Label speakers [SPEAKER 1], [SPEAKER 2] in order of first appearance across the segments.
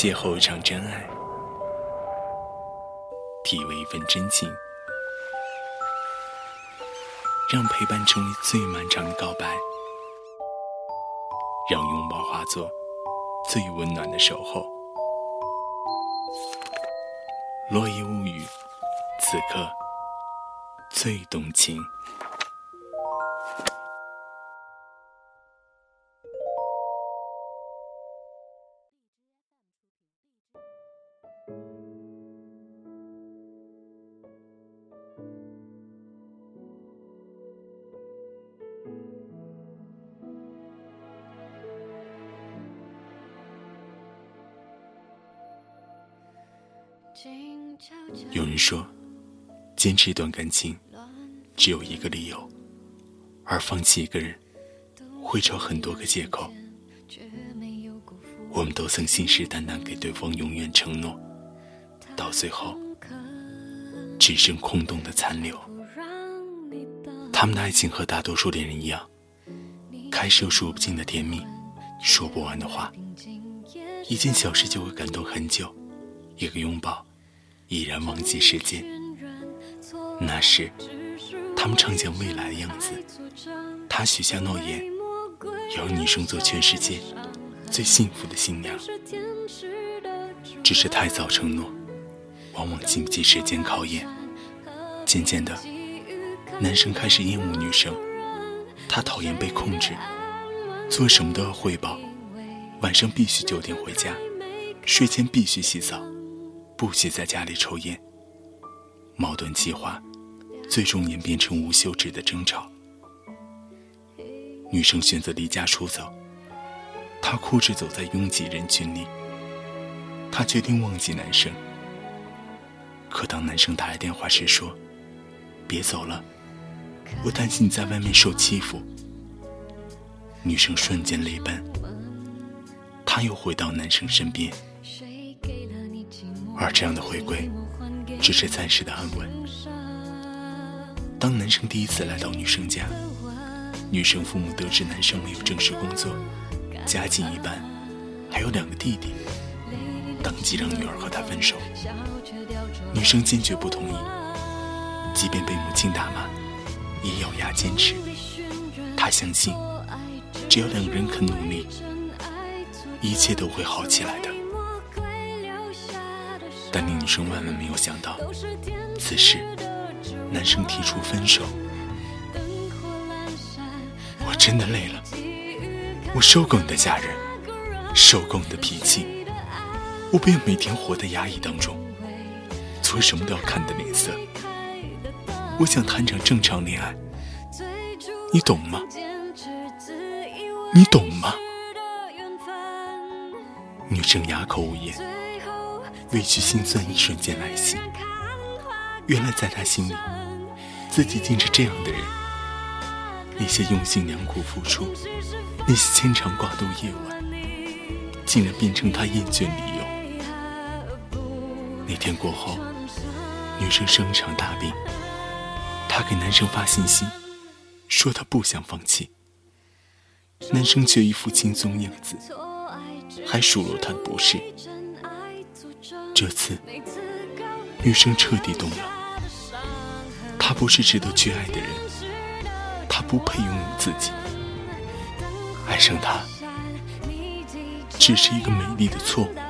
[SPEAKER 1] 邂逅一场真爱，体味一份真情，让陪伴成为最漫长的告白，让拥抱化作最温暖的守候。落叶物语，此刻最动情。有人说，坚持一段感情只有一个理由，而放弃一个人会找很多个借口。我们都曾信誓旦旦给对方永远承诺，到最后只剩空洞的残留。他们的爱情和大多数恋人一样，开始有数不尽的甜蜜，说不完的话，一件小事就会感动很久，一个拥抱已然忘记时间。那时他们畅想未来的样子，他许下诺言，要让女生做全世界最幸福的新娘。只是太早承诺，往往经不起时间考验。渐渐的，男生开始厌恶女生，他讨厌被控制，做什么都要汇报，晚上必须9点回家，睡前必须洗澡，不许在家里抽烟。矛盾激化，最终演变成无休止的争吵。女生选择离家出走，她哭着走在拥挤人群里。她决定忘记男生，可当男生打来电话时说，别走了，我担心你在外面受欺负。女生瞬间泪奔，她又回到男生身边，而这样的回归只是暂时的安稳。当男生第一次来到女生家，女生父母得知男生没有正式工作，家境一般，还有2个弟弟，当即让女儿和他分手。女生坚决不同意，即便被母亲打骂，也咬牙坚持。她相信，只要2个人肯努力，一切都会好起来的。但令女生万万没有想到，此时男生提出分手。我真的累了，我受够你的家人，受够你的脾气，我不愿每天活在压抑当中，做什么都要看你的脸色。我想谈场正常恋爱，你懂吗？你懂吗？女生哑口无言，委屈心酸一瞬间来袭。原来在她心里，自己竟是这样的人。那些用心良苦付出，那些牵肠挂肚夜晚，竟然变成她厌倦理由。那天过后，女生生一场大病，她给男生发信息，说她不想放弃。男生却一副轻松样子，还数落她的不是。这次女生彻底懂了，她不是值得去爱的人，她不配拥有自己。爱上他只是一个美丽的错误。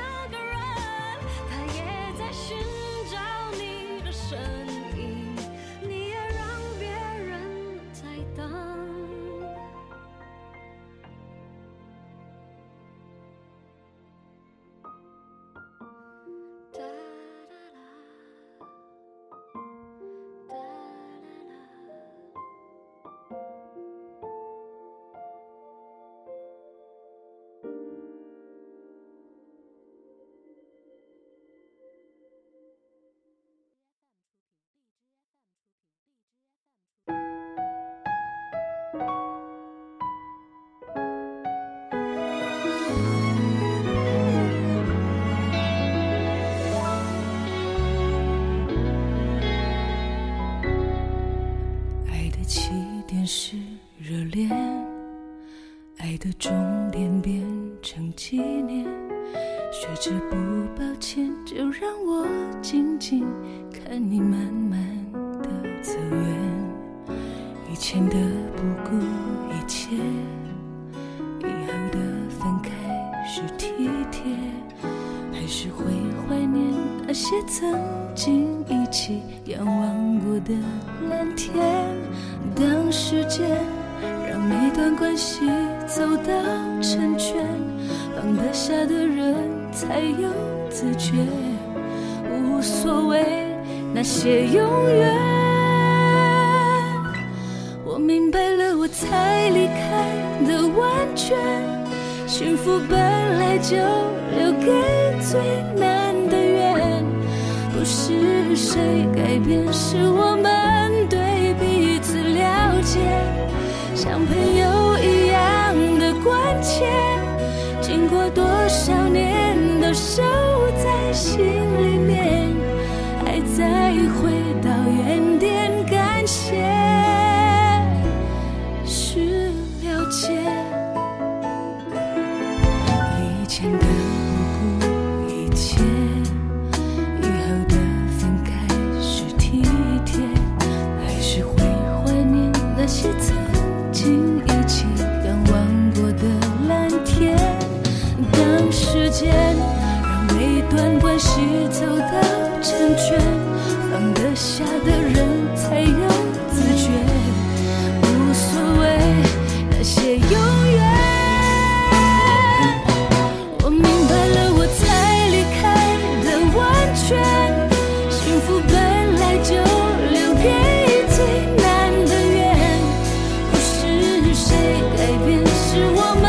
[SPEAKER 2] 是热恋，爱的终点变成纪念， 学着不抱歉，就让我静静看你慢慢的走远。以前的不顾一切，以后的分开是体贴，还是会怀念那些曾经一起仰望过的蓝天。当时间让每段关系走到成全，放得下的人才有自觉，无所谓那些永远。我明白了，我才离开的完全，幸福本来就留给最难的缘，不是谁改变，是我们对彼此了解，像朋友一样的关切，经过多少年都守在心里面，还在回到原点，感谢是了解。以前的不顾一切，以后的分开是体贴，还是会怀念那些曾经一起仰望过的蓝天。当时间让每段关系走到成全，放得下的人才有自觉，无所谓那些永远。我明白了，我才离开的完全，幸福本来就留给最难的缘，不是谁改变，是我们